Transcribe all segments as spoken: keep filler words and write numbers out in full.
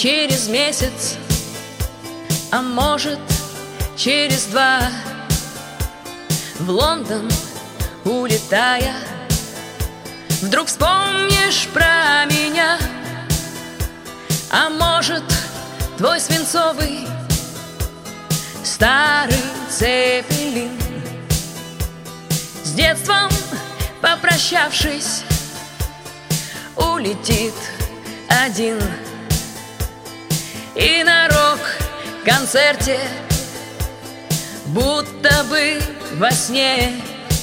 через месяц, а может через два, в Лондон улетая, вдруг вспомнишь про меня. А может, твой свинцовый старый цепелин, с детством попрощавшись, улетит один. И на рок-концерте, будто бы во сне,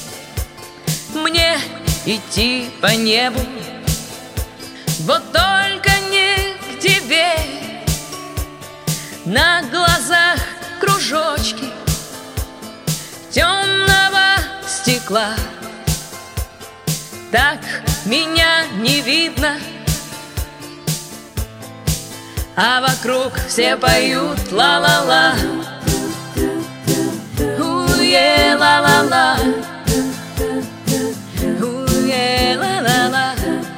мне идти по небу, вот только не к тебе. На глазах кружочки темного стекла, так меня не видно, а вокруг все поют ла-ла-ла, у-е, ла-ла-ла, у-е, ла-ла-ла.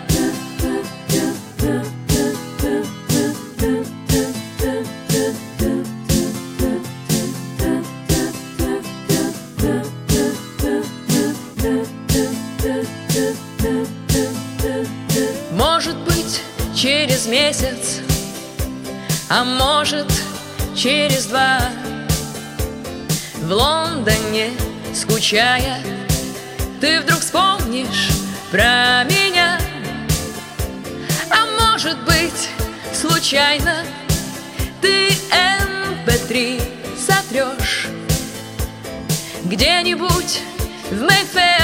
Может быть, через месяц, а может, через два, в Лондоне скучая, ты вдруг вспомнишь про меня. А может быть, случайно ты эм пэ три сотрешь где-нибудь в Мэйфэре.